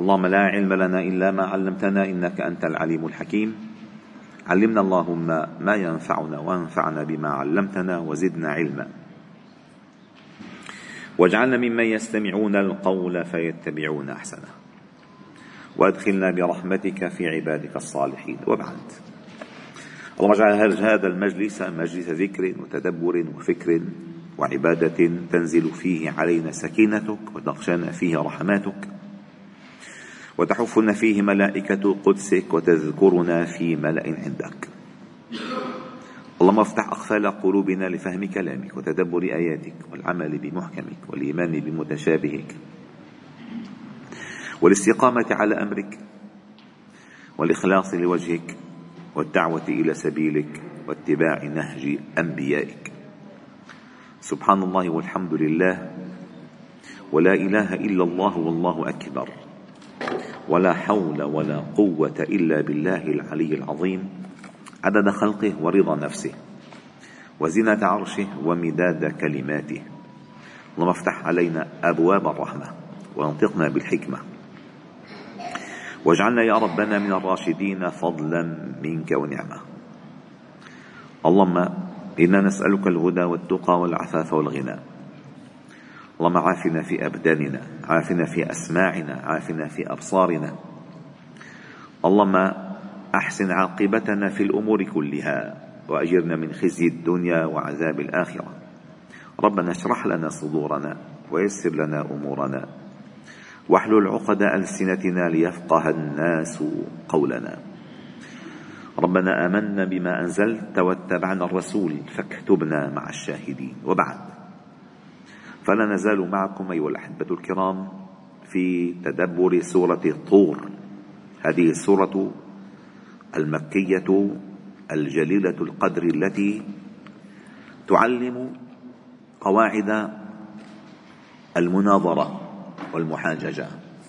اللهم لا علم لنا إلا ما علمتنا إنك أنت العليم الحكيم. علمنا اللهم ما ينفعنا وانفعنا بما علمتنا وزدنا علما، واجعلنا ممن يستمعون القول فيتبعون أحسنه، وادخلنا برحمتك في عبادك الصالحين. وبعد، اللهم اجعل هذا المجلس مجلس ذكر وتدبر وفكر وعبادة تنزل فيه علينا سكينتك وتغشانا فيه رحماتك وتحفنا فيه ملائكة قدسك وتذكرنا في ملأ عندك. اللهم افتح أقفال قلوبنا لفهم كلامك وتدبر آياتك والعمل بمحكمك والإيمان بمتشابهك والاستقامة على أمرك والإخلاص لوجهك والدعوة إلى سبيلك واتباع نهج أنبيائك. سبحان الله والحمد لله ولا إله إلا الله والله أكبر، ولا حول ولا قوة إلا بالله العلي العظيم، عدد خلقه ورضا نفسه وزنة عرشه ومداد كلماته. اللهم افتح علينا أبواب الرحمة وانطقنا بالحكمة، واجعلنا يا ربنا من الراشدين فضلا منك ونعمة. اللهم إنا نسألك الهدى والتقى والعفاف والغنى. اللهم عافنا في أبداننا، عافنا في أسماعنا، عافنا في أبصارنا. اللهم أحسن عاقبتنا في الأمور كلها وأجرنا من خزي الدنيا وعذاب الآخرة. ربنا اشرح لنا صدورنا ويسر لنا أمورنا واحلل عقد ألسنتنا ليفقه الناس قولنا. ربنا آمنا بما أنزلت واتبعنا الرسول فاكتبنا مع الشاهدين. وبعد، فلا نزال معكم أيها الأحبة الكرام في تدبر سورة طور، هذه السورة المكية الجليلة القدر التي تعلم قواعد المناظرة والمحاججة،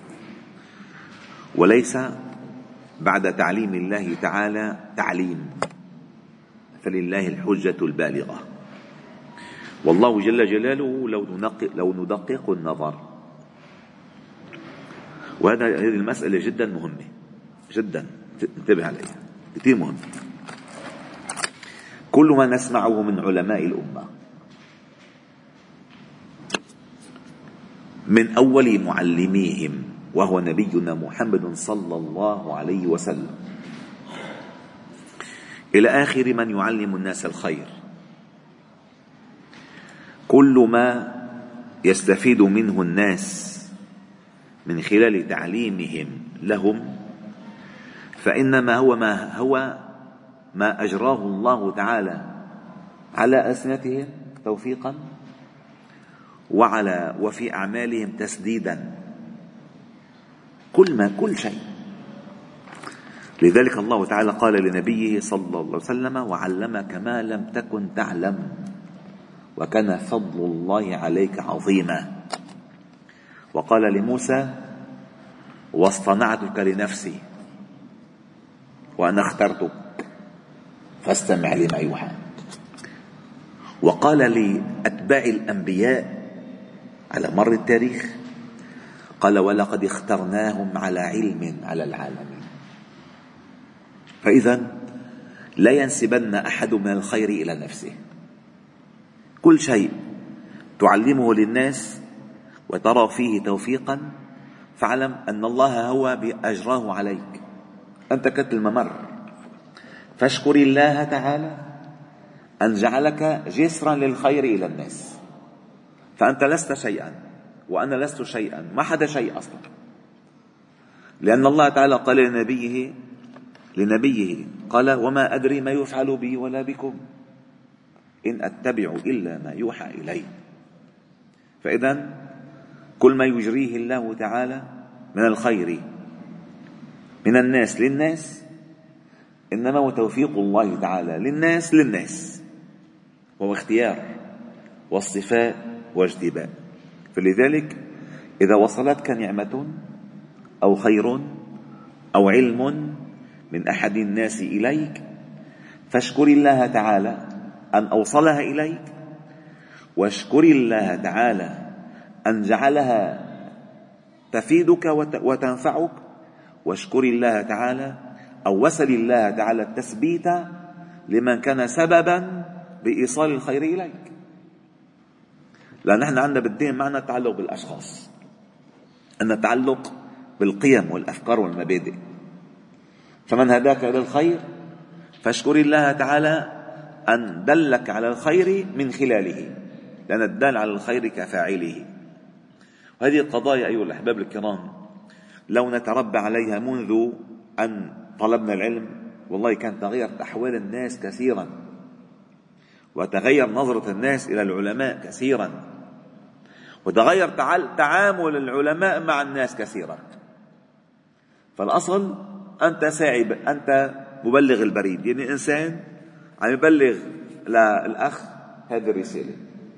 وليس بعد تعليم الله تعالى تعليم، فلله الحجة البالغة. والله جل جلاله لو ندقق النظر، وهذه المسألة جدا مهمة جدا، انتبه عليها، كثير مهمة. كل ما نسمعه من علماء الأمة من أول معلميهم وهو نبينا محمد صلى الله عليه وسلم إلى آخر من يعلم الناس الخير، كل ما يستفيد منه الناس من خلال تعليمهم لهم فإنما هو ما أجراه الله تعالى على ألسنتهم توفيقا وفي أعمالهم تسديدا، كل شيء. لذلك الله تعالى قال لنبيه صلى الله عليه وسلم: وعلمك ما لم تكن تعلم وكان فضل الله عليك عظيما. وقال لموسى: واصطنعتك لنفسي وأنا اخترتك فاستمع لما يوحى. وقال لأتباع الأنبياء على مر التاريخ، قال: ولقد اخترناهم على علم على العالمين. فإذا لا ينسبن أحد من الخير إلى نفسه، كل شيء تعلمه للناس وترى فيه توفيقا فاعلم أن الله هو أجراه عليك، أنت كالممر، فاشكر الله تعالى أن جعلك جسرا للخير إلى الناس. فأنت لست شيئا وأنا لست شيئا، ما حدا شيء أصلا، لأن الله تعالى قال لنبيه قال: وما أدري ما يفعل بي ولا بكم إن أتبع إلا ما يوحى إلي. فإذا كل ما يجريه الله تعالى من الخير من الناس للناس إنما هو توفيق الله تعالى للناس، وهو اختيار واصطفاء واجتباء. فلذلك إذا وصلتك نعمة أو خير أو علم من أحد الناس إليك فاشكر الله تعالى أن أوصلها إليك، واشكر الله تعالى أن جعلها تفيدك وتنفعك، واشكر الله تعالى أو وسل الله تعالى التثبيت لمن كان سببا بإيصال الخير إليك. لأن نحن عندنا بالدين معنا تعلق بالأشخاص، أن تعلق بالقيم والأفكار والمبادئ. فمن هداك إلى الخير فاشكر الله تعالى أن دلك على الخير من خلاله، لأن الدال على الخير كفاعله. وهذه القضايا أيها الأحباب الكرام لو نتربى عليها منذ أن طلبنا العلم، والله كانت تغيرت أحوال الناس كثيرا، وتغير نظرة الناس إلى العلماء كثيرا، وتغير تعامل العلماء مع الناس كثيرا. فالأصل أنت ساعي، أنت مبلغ البريد، يعني إنسان عم يبلغ للأخ هذه الرسالة،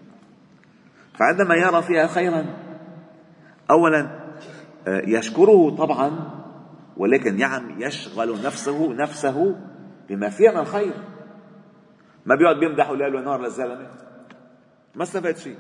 فعندما يرى فيها خيرا أولا يشكره طبعا، ولكن يشغل نفسه بما فيه من الخير. ما بيقعد بيمدح ولا له نار للزلمة، ما استفاد شيء.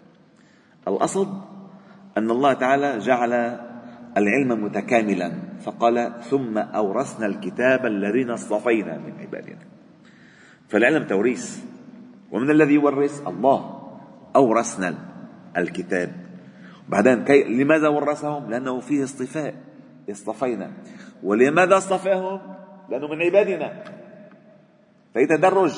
الأصل أن الله تعالى جعل العلم متكاملا، فقال ثم أورثنا الكتاب الذين اصطفينا من عبادنا. فالعلم توريث، ومن الذي يورث؟ الله. أورثنا الكتاب. بعدين لماذا ورثهم؟ لأنه فيه اصطفاء، اصطفينا. ولماذا اصطفاهم؟ لأنه من عبادنا. فهي تدرج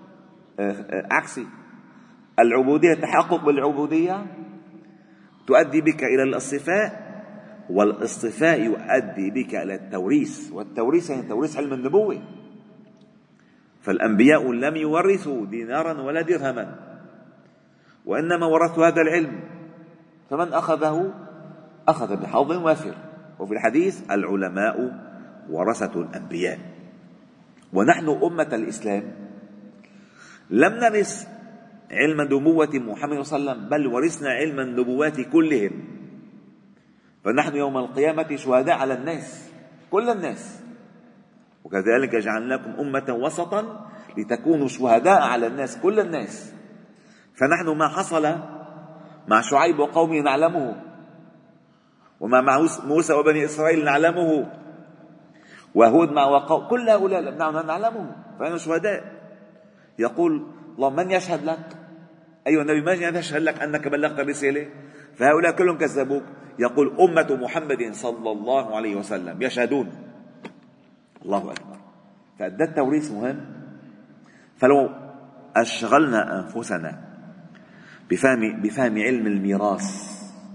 عكسي. العبودية، تحقق بالعبودية تؤدي بك إلى الاصطفاء، والاصطفاء يؤدي بك إلى التوريث، والتوريث يعني توريث علم النبوة. فالأنبياء لم يورثوا دينارا ولا درهما، وإنما ورثوا هذا العلم، فمن أخذه أخذ بحظ وافر. وفي الحديث العلماء ورثة الأنبياء. ونحن أمة الإسلام لم نرث علم نبوة محمد صلى الله عليه وسلم، بل ورثنا علم النبوات كلهم. فنحن يوم القيامة شهداء على الناس، كل الناس. وكذلك جعلناكم أمة وسطا لتكونوا شهداء على الناس، كل الناس. فنحن ما حصل مع شعيب وقومه نعلمه، ومع موسى وبني إسرائيل نعلمه، وهود مع وقوم، كل هؤلاء نعلمه. فنحن شهداء. يقول الله من يشهد لك أيها النبي؟ من يشهد لك أنك بلغت الرسالة؟ فهؤلاء كلهم كذبوك. يقول أمة محمد صلى الله عليه وسلم يشهدون. الله أكبر. فده التوريث مهم. فلو أشغلنا أنفسنا بفهم علم الميراث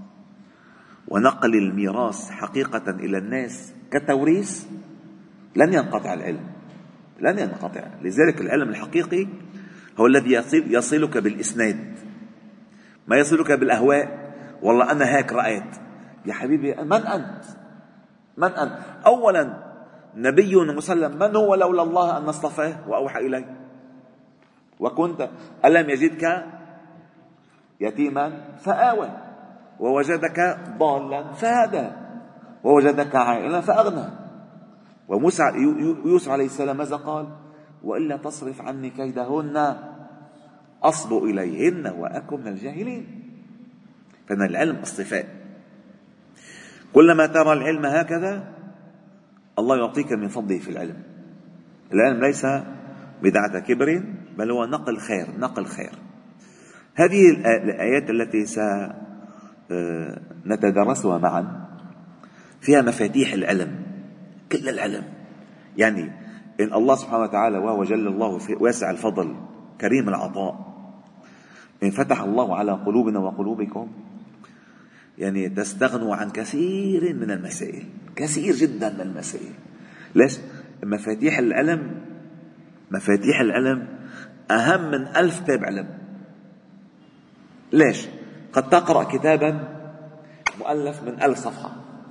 ونقل الميراث حقيقة إلى الناس كتوريث، لن ينقطع العلم، لن ينقطع. لذلك العلم الحقيقي هو الذي يصلك بالإسناد، ما يصلك بالأهواء. والله أنا هيك رأيت. يا حبيبي من أنت؟ من أنت؟ أولا نبي مسلم، من هو لولا الله أن اصطفاه وأوحى إليه؟ وكنت ألم يجدك يتيما فآوى، ووجدك ضالا فهدى، ووجدك عائلا فأغنى. ويوسف عليه السلام ماذا قال؟ وإلا تصرف عني كيدهن أصب إليهن وأكن من الجاهلين. فإن العلم اصطفاء. كلما ترى العلم هكذا الله يعطيك من فضله في العلم. العلم ليس بدعة كبر، بل هو نقل خير، نقل خير. هذه الآيات التي سنتدرسها معا فيها مفاتيح العلم، كل العلم. يعني إن الله سبحانه وتعالى وهو جل الله واسع الفضل كريم العطاء، إن فتح الله على قلوبنا وقلوبكم، يعني تستغنوا عن كثير من المسائل، كثير جدا من المسائل. ليش؟ مفاتيح العلم، مفاتيح العلم أهم من 1000 كتاب علم. ليش؟ قد تقرأ كتابا مؤلف من 1000 صفحة،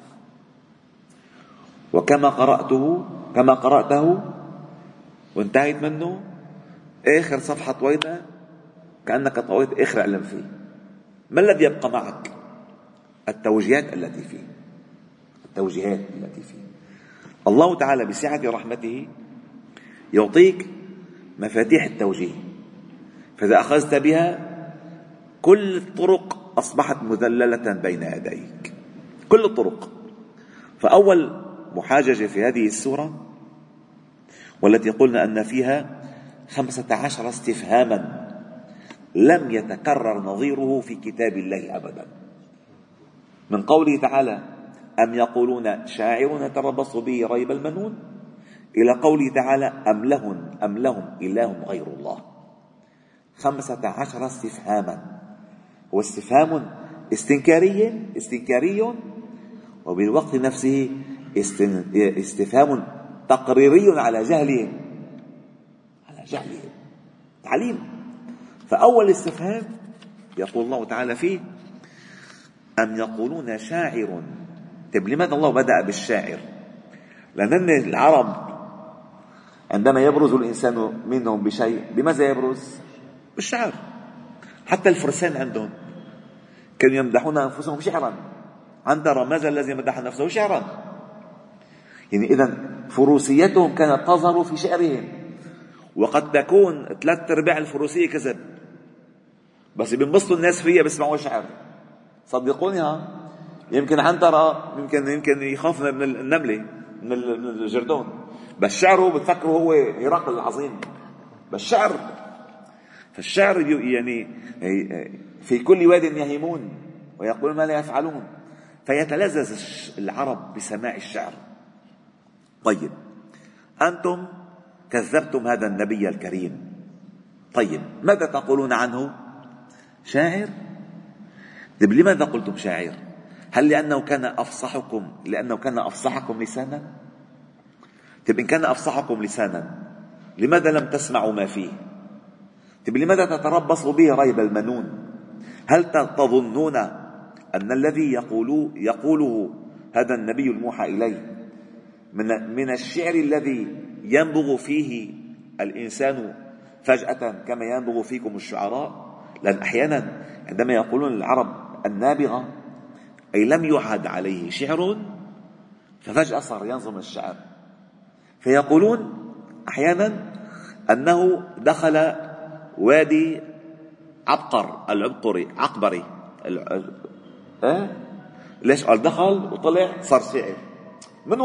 وكما قرأته وانتهيت منه، آخر صفحة طويتها كأنك طويت آخر علم فيه. ما الذي يبقى معك؟ التوجيهات التي فيه، التوجيهات التي فيه. الله تعالى بسعة رحمته يعطيك مفاتيح التوجيه، فإذا أخذت بها كل الطرق أصبحت مذللة بين يديك، بكل الطرق. فأول محاججة في هذه السورة، والتي قلنا أن فيها 15 استفهاما لم يتكرر نظيره في كتاب الله أبدا، من قوله تعالى أم يقولون شاعر نتربص به ريب المنون، إلى قوله تعالى أم لهم إله غير الله. 15 استفهاما، هو استفهام استنكاري وبالوقت نفسه استفهام تقريري على جهلهم، تعليم. فأول استفهام يقول الله تعالى فيه أم يقولون شاعر. طيب لماذا الله بدأ بالشاعر؟ لأن العرب عندما يبرز الإنسان منهم بشيء بماذا يبرز؟ بالشعر. حتى الفرسان عندهم كانوا يمدحون أنفسهم شعرا. عنترة ماذا الذي مدح نفسه؟ شعرا. يعني إذن فروسيتهم كانت تظهر في شعرهم، وقد تكون 3/4 الفروسية كذب، بس بينبسطوا الناس فيها بيسمعوا شعر. صدقوني يمكن عنترة يمكن يخاف من النملة من الجردون، بس شعره بتفكره هو هرقل العظيم. بس شعر، فالشعر يعني في كل واد يهيمون ويقولون ما لا يفعلون، فيتلذذ العرب بسماع الشعر. طيب أنتم كذبتم هذا النبي الكريم، طيب ماذا تقولون عنه؟ شاعر. طيب لماذا قلتم شاعر؟ هل لأنه كان أفصحكم لسانا؟ طيب إن كان أفصحكم لسانا لماذا لم تسمعوا ما فيه؟ طيب لماذا تتربصوا به ريب المنون؟ هل تظنون أن الذي يقوله هذا النبي الموحى إليه من الشعر الذي ينبغ فيه الإنسان فجأة كما ينبغ فيكم الشعراء؟ لأن أحيانا عندما يقولون العرب النابغة أي لم يعهد عليه شعر، ففجأة صار ينظم الشعر. فيقولون أحيانا أنه دخل وادي عقبري. ليش قال دخل وطلع صار شاعر؟ من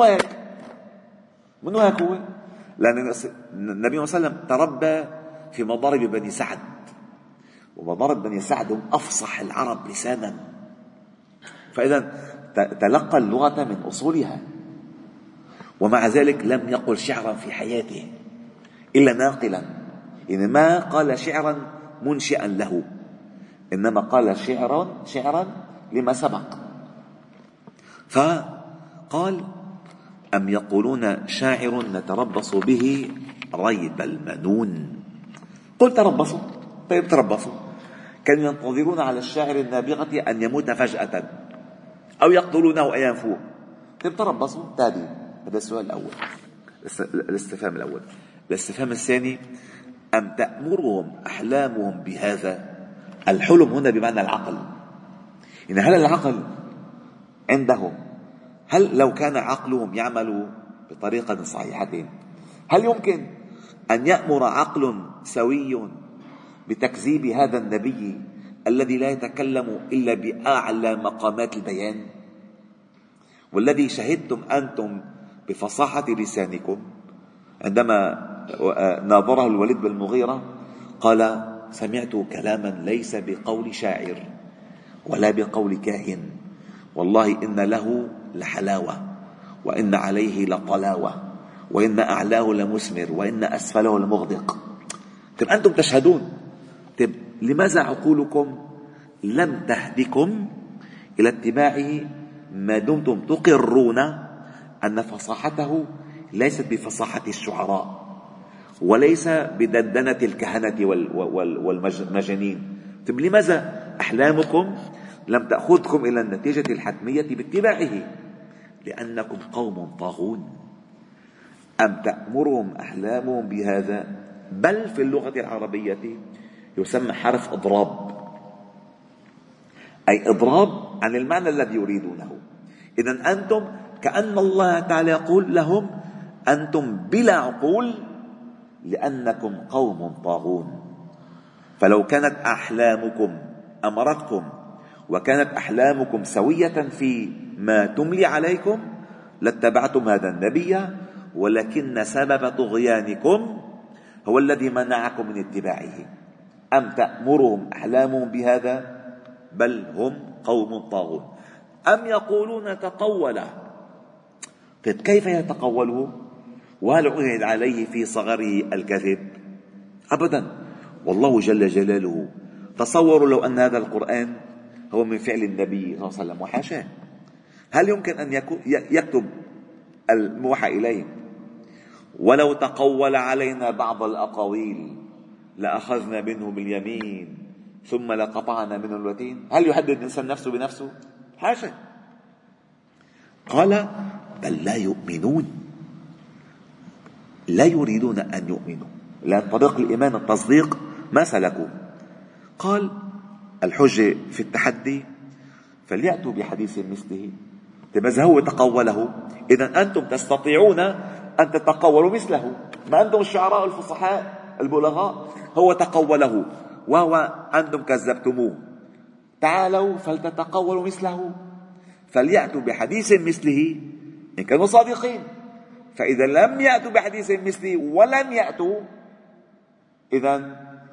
هيك هو؟ لأن النبي صلى الله عليه وسلم تربى في مضارب بني سعد، ومضارب بني سعد هم أفصح العرب لسانا، فإذا تلقى اللغة من أصولها، ومع ذلك لم يقل شعرا في حياته إلا ناقلا. يعني ما قال شعرا منشئا له، إنما قال شعرا لما سبق. فقال أم يقولون شاعر نتربص به ريب المنون. قل تربصوا. طيب تربصوا، كانوا ينتظرون على الشاعر النابغة أن يموت فجأة أو يقتلونه أو ينفوه. طيب تربصوا. هذا السؤال الأول، الاستفهام الأول. الاستفهام الثاني أم تأمرهم أحلامهم بهذا؟ الحلم هنا بمعنى العقل. إن هل العقل عندهم، هل لو كان عقلهم يعمل بطريقة صحيحة، هل يمكن أن يأمر عقل سوي بتكذيب هذا النبي الذي لا يتكلم إلا بأعلى مقامات البيان، والذي شهدتم أنتم بفصاحة لسانكم؟ عندما ناظره الوليد بن المغيرة قال سمعت كلاما ليس بقول شاعر ولا بقول كاهن، والله إن له لحلاوة وإن عليه لطلاوة وإن أعلاه لمثمر وإن أسفله لمغدق. طيب أنتم تشهدون، طيب لماذا عقولكم لم تهدكم إلى اتباعه ما دمتم تقرون أن فصاحته ليست بفصاحة الشعراء وليس بدندنة الكهنة والمجانين؟ طيب لماذا أحلامكم لم تأخذكم إلى النتيجة الحتمية باتباعه؟ لأنكم قوم طاغون. أم تأمرهم أحلامهم بهذا؟ بل في اللغة العربية يسمى حرف إضراب، أي إضراب عن المعنى الذي يريدونه. إذن أنتم كأن الله تعالى يقول لهم أنتم بلا عقول لأنكم قوم طاغون. فلو كانت أحلامكم أمرتكم وكانت أحلامكم سوية في ما تملي عليكم لاتبعتم هذا النبي، ولكن سبب طغيانكم هو الذي منعكم من اتباعه. أم تأمرهم أحلامهم بهذا؟ بل هم قوم طاغون. أم يقولون تقوله. طيب كيف يتقوله وهل عهد عليه في صغره الكذب؟ أبدا، والله جل جلاله. تصوروا لو أن هذا القرآن هو من فعل النبي صلى الله عليه وسلم، وحاشاه، هل يمكن أن يكتب الموحى إليه؟ ولو تقول علينا بعض الأقاويل لأخذنا منه باليمين ثم لقطعنا منه الوتين. هل يحدد الإنسان نفسه بنفسه؟ حاشا. قال بل لا يؤمنون، لا يريدون أن يؤمنوا، لأن طريق الإيمان التصديق ما سلكوا. قال الحجة في التحدي فليأتوا بحديث مثله. إذا هو تقوله، إذا أنتم تستطيعون أن تتقولوا مثله، ما أنتم الشعراء الفصحاء البلغاء. هو تقوله وهو أنتم كذبتموه، تعالوا فلتتقولوا مثله، فليأتوا بحديث مثله إن كانوا صادقين. فإذا لم يأتوا بحديث مثله ولم يأتوا، إذن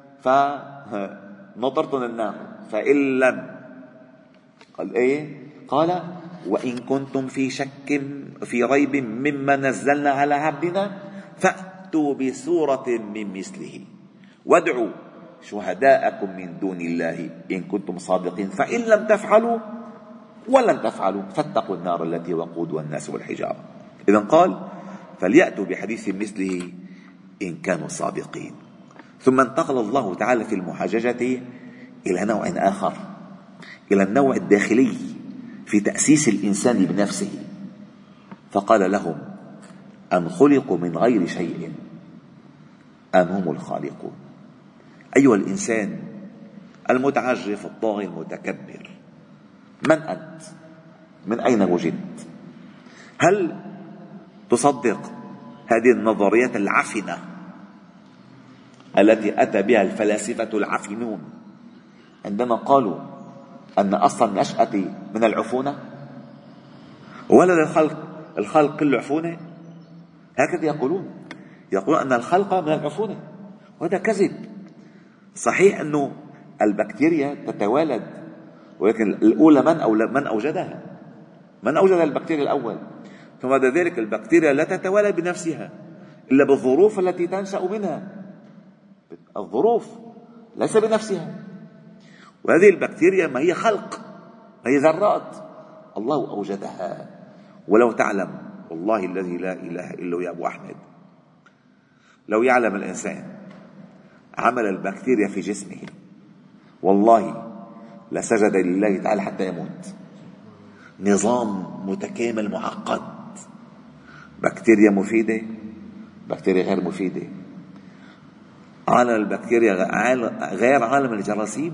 فنطرتم النار. فإن لم، قال إيه؟ قال وإن كنتم في شك في ريب مما نزلنا على عبدنا فأتوا بسورة من مثله وادعوا شهداءكم من دون الله إن كنتم صادقين فإن لم تفعلوا ولن تفعلوا فاتقوا النار التي وقودها الناس والحجارة. إذن قال فليأتوا بحديث مثله إن كانوا صادقين. ثم انتقل الله تعالى في المحاججة إلى نوع آخر، إلى النوع الداخلي في تأسيس الإنسان بنفسه، فقال لهم أم خلقوا من غير شيء أم هم الخالقون. أيها الإنسان المتعجرف الطاغي المتكبر، من أنت؟ من أين وجدت؟ هل تصدق هذه النظريات العفنة التي أتى بها الفلاسفة العفنون عندما قالوا أن أصل النشأة من العفونة؟ ولد الخلق كله عفونة؟ هكذا يقولون أن الخلق من العفونة، وهذا كذب. صحيح أنه البكتيريا تتوالد، ولكن الأولى من أوجدها؟ من أوجد البكتيريا الأول؟ ثم بعد ذلك البكتيريا لا تتوالد بنفسها إلا بالظروف التي تنشأ منها، الظروف ليس بنفسها. وهذه البكتيريا ما هي خلق، ما هي ذرات الله أوجدها. ولو تعلم والله الذي لا إله إلا هو يا أبو أحمد، لو يعلم الإنسان عمل البكتيريا في جسمه والله لسجد لله تعالى حتى يموت. نظام متكامل معقد، بكتيريا مفيدة، بكتيريا غير مفيدة، عالم البكتيريا غير عالم الجراثيم،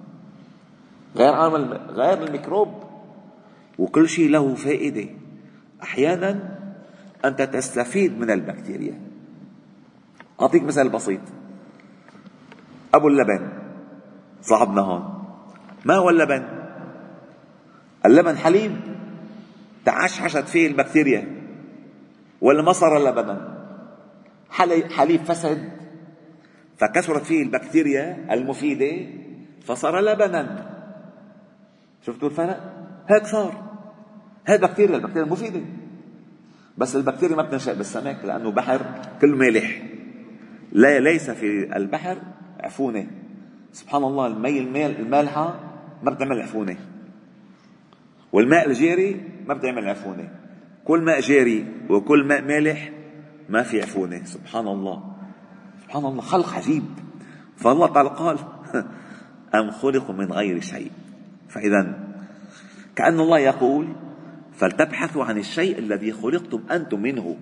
غير الميكروب، وكل شيء له فائدة. أحيانا أنت تستفيد من البكتيريا. أعطيك مثال بسيط، أبو اللبن صاحبنا هون، ما هو اللبن؟ اللبن حليب تعشعشت فيه البكتيريا ولا ما صار لبنا؟ حليب فسد فكثرت فيه البكتيريا المفيدة فصار لبنا. شفتوا الفرق؟ هيك صار. هاي البكتيريا المفيدة، بس البكتيريا ما بتنشأ بالسمك لأنه بحر كله مالح. ليس في البحر عفونة. سبحان الله، الماء المالحة ما بتعمل عفونة، والماء الجاري ما بتعمل عفونة. كل ماء جاري وكل ماء مالح ما في عفونة. سبحان الله، سبحان الله، خلق عجيب. فالله تعالى قال أم خلقوا من غير شيء. فإذا كأن الله يقول فلتبحثوا عن الشيء الذي خلقتم أنتم منه.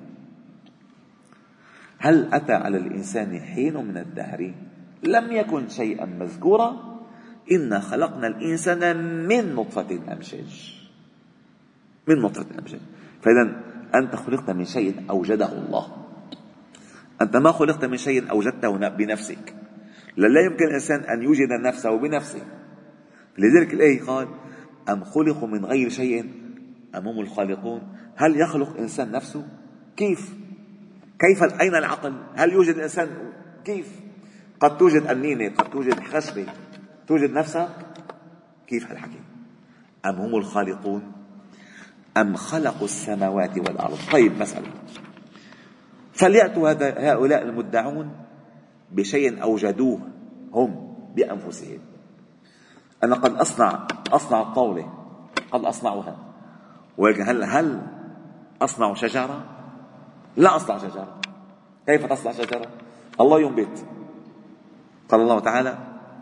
هل أتى على الإنسان حين من الدهر لم يكن شيئا مذكورا إنا خلقنا الإنسان من نطفة أمشاج، من نطفة أمشاج. فإذا أنت خلقت من شيء أوجده الله، أنت ما خلقت من شيء أوجدته بنفسك. لا يمكن الإنسان أن يوجد نفسه بنفسه. لذلك الآية قال أم خلقوا من غير شيء أم هم الخالقون. هل يخلق الإنسان نفسه؟ كيف؟ أين العقل؟ هل يوجد الإنسان؟ كيف؟ قد توجد أنينة، قد توجد خشبة، توجد نفسها؟ كيف هالحكي؟ أم هم الخالقون أم خلقوا السماوات والأرض. طيب مثلا فليأتوا هؤلاء المدعون بشيء أوجدوه هم بأنفسهم. أنا قد أصنع الطاولة، قد أصنعها، ولكن هل أصنع شجرة؟ لا أصنع شجرة. كيف تصنع شجرة؟ الله ينبت. قال الله تعالى: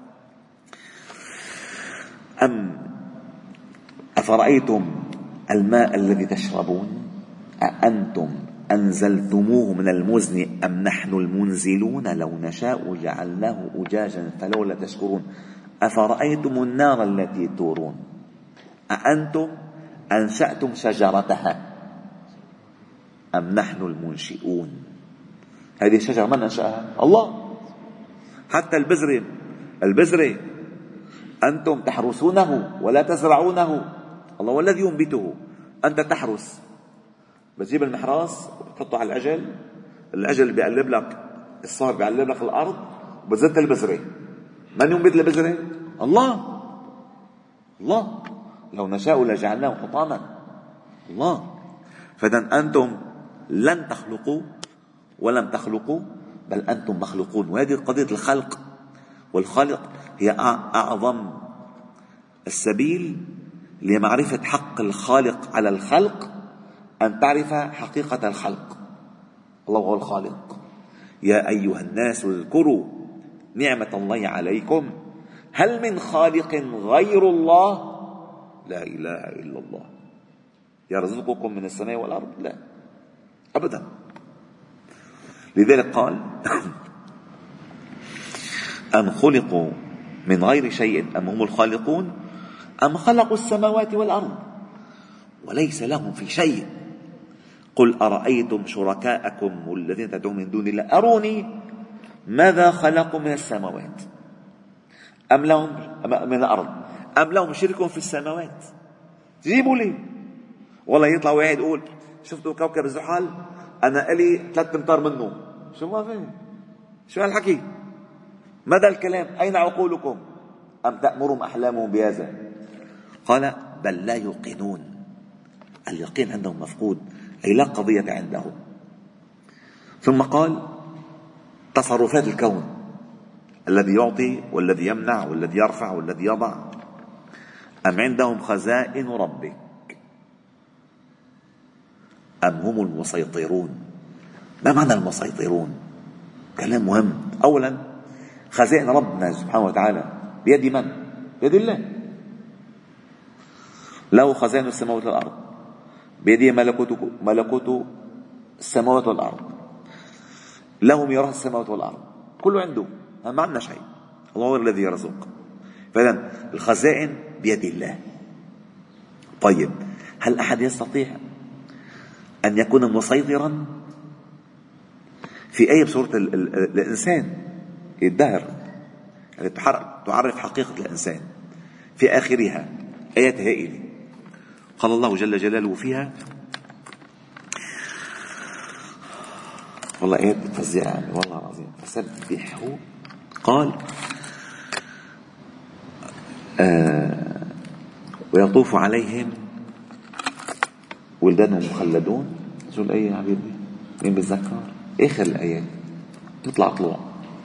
أفرأيتم الماء الذي تشربون أأنتم أنزلتموه من المزن أم نحن المنزلون لو نشاء جعلناه أجاجا فلولا تشكرون أفرأيتم النار التي تورون أأنتم أنشأتم شجرتها أم نحن المنشئون. هذه الشجرة من أنشأها؟ الله. حتى البذرة أنتم تحرسونه ولا تزرعونه، الله هو الذي ينبته. أنت تحرس، بتجيب المحراس وتحطه على العجل بيقلب لك الصهر، بيقلب لك الأرض وبتزت البذرة. من ينبت البذرة؟ الله. لو نشاء لجعلناه حطاما. الله. فإذا أنتم لن تخلقوا ولم تخلقوا، بل أنتم مخلوقون. وهذه قضية الخلق والخالق هي أعظم السبيل لمعرفة حق الخالق على الخلق، أن تعرف حقيقة الخلق. الله هو الخالق. يا أيها الناس اذكروا نعمة الله عليكم هل من خالق غير الله؟ لا إله إلا الله يرزقكم من السماء والأرض؟ لا أبدا. لذلك قال: أم خلقوا من غير شيء أم هم الخالقون أم خلقوا السماوات والأرض وليس لهم في شيء قل أرأيتم شركاءكم الذين تدعون من دون الله أروني ماذا خلقوا من السماوات أم لهم من الأرض أم لهم شرك في السماوات. جيبوا لي. والله يطلع واحد يقول: شفتوا كوكب زحل أنا إلي 3 أمتار منه. شو ما فيه؟ شو هالحكي؟ ماذا الكلام؟ أين عقولكم؟ أم تأمرهم أحلامهم بهذا؟ قال: بل لا يوقنون. اليقين عندهم مفقود، أي لا قضية عندهم. ثم قال: تصرفات الكون، الذي يعطي والذي يمنع والذي يرفع والذي يضع. أم عندهم خزائن ربك أم هم المسيطرون. ما معنى المسيطرون؟ كلام مهم. أولا خزائن ربنا سبحانه وتعالى بيد من؟ بيد الله. له خزائن السماوات والأرض، بيده ملكوت السماوات والأرض، له ميراث السماوات والأرض، كله عنده. ما عندنا شيء. الله هو الذي يرزق. فإذا الخزائن بيد الله. طيب هل أحد يستطيع أن يكون مسيطرا؟ في آية بسورة الإنسان الدهر يعني تعرف حقيقة الإنسان، في آخرها آيات هائلة. قال الله جل جلاله فيها، والله آيات فظيعة يعني والله العظيم. فسبحوا قال ويطوف عليهم ولدان مخلدون. شو الآية يا حبيبي؟ مين بتذكر؟ آخر الآيات تطلع طلوع،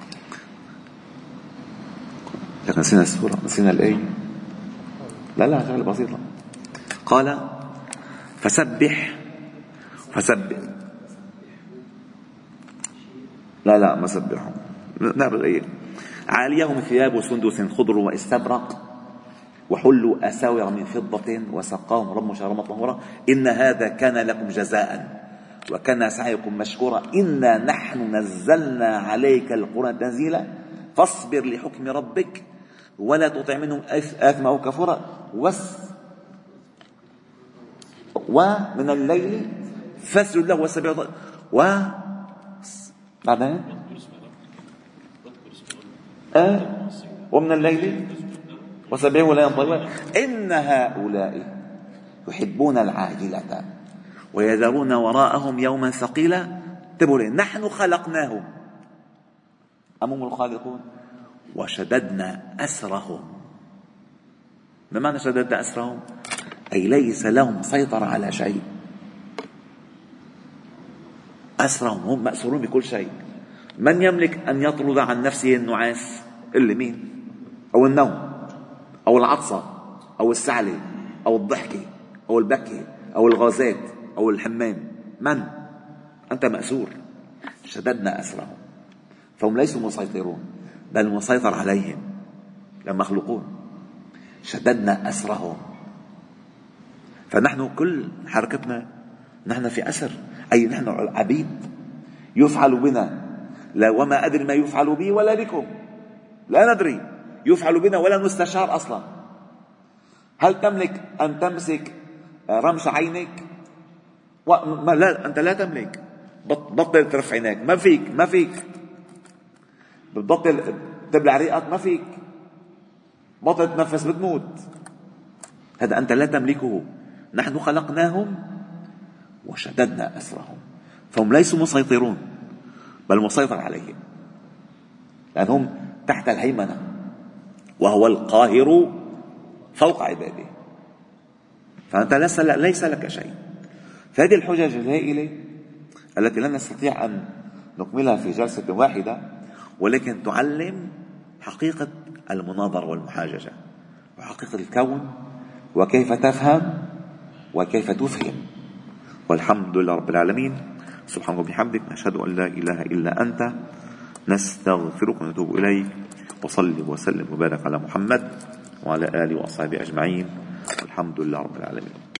لكن نسينا السورة، نسينا الآية. لا شغلة بسيطة. قال فسبح لا ما سبحوا. نعرف الآية. عاليهم ثياب سندس خضر واستبرق وحلوا أساور من فضة وسقاهم ربهم شرابا طهورا إن هذا كان لكم جزاء وكان سعيكم مشكورا إنا نحن نزلنا عليك القرآن تنزيلا فاصبر لحكم ربك ولا تطع منهم آثما أو كفورا ومن الليل فاسجد له وسبح بعدين ومن الليل وسبحوا ليلا طيبا إن هؤلاء يحبون العاجلة ويذرون وراءهم يوما ثقيلا. انتبهوا لي، نحن خلقناهم، أم هم الخالقون؟ وشددنا أسرهم. ما معنى شددنا أسرهم؟ أي ليس لهم سيطرة على شيء. أسرهم، هم مأسورون بكل شيء. من يملك أن يطرد عن نفسه النعاس إلا مين؟ أو النوم أو العطسة أو السعلة أو الضحكة أو البكي أو الغازات أو الحمام. من؟ أنت مأسور. شددنا أسرهم، فهم ليسوا مسيطرون بل مسيطر عليهم، لمخلوقون. شددنا أسرهم، فنحن كل حركتنا نحن في أسر، أي نحن عبيد يفعل بنا. لا، وما أدري ما يفعل بي ولا بكم، لا ندري، يفعل بنا ولا نستشار أصلا. هل تملك أن تمسك رمش عينك؟ لا، أنت لا تملك. بطل ترفع عينيك، ما فيك. بتبطل تبلع ريقك، ما فيك. بطل تنفس، بتموت. هذا أنت لا تملكه. نحن خلقناهم وشددنا أسرهم، فهم ليسوا مسيطرون بل مسيطر عليهم، لأنهم تحت الهيمنة، وهو القاهر فوق عباده. فأنت ليس لك شيء. فهذه الحجج الهائلة التي لا نستطيع أن نكملها في جلسة واحدة، ولكن تعلم حقيقة المناظرة والمحاججة وحقيقة الكون وكيف تفهم وكيف تفهم. والحمد لله رب العالمين. سبحانك وبحمدك، نشهد أن لا إله إلا أنت، نستغفرك ونتوب إليك. وصل وسلم وبارك على محمد وعلى آله وأصحابه أجمعين، والحمد لله رب العالمين.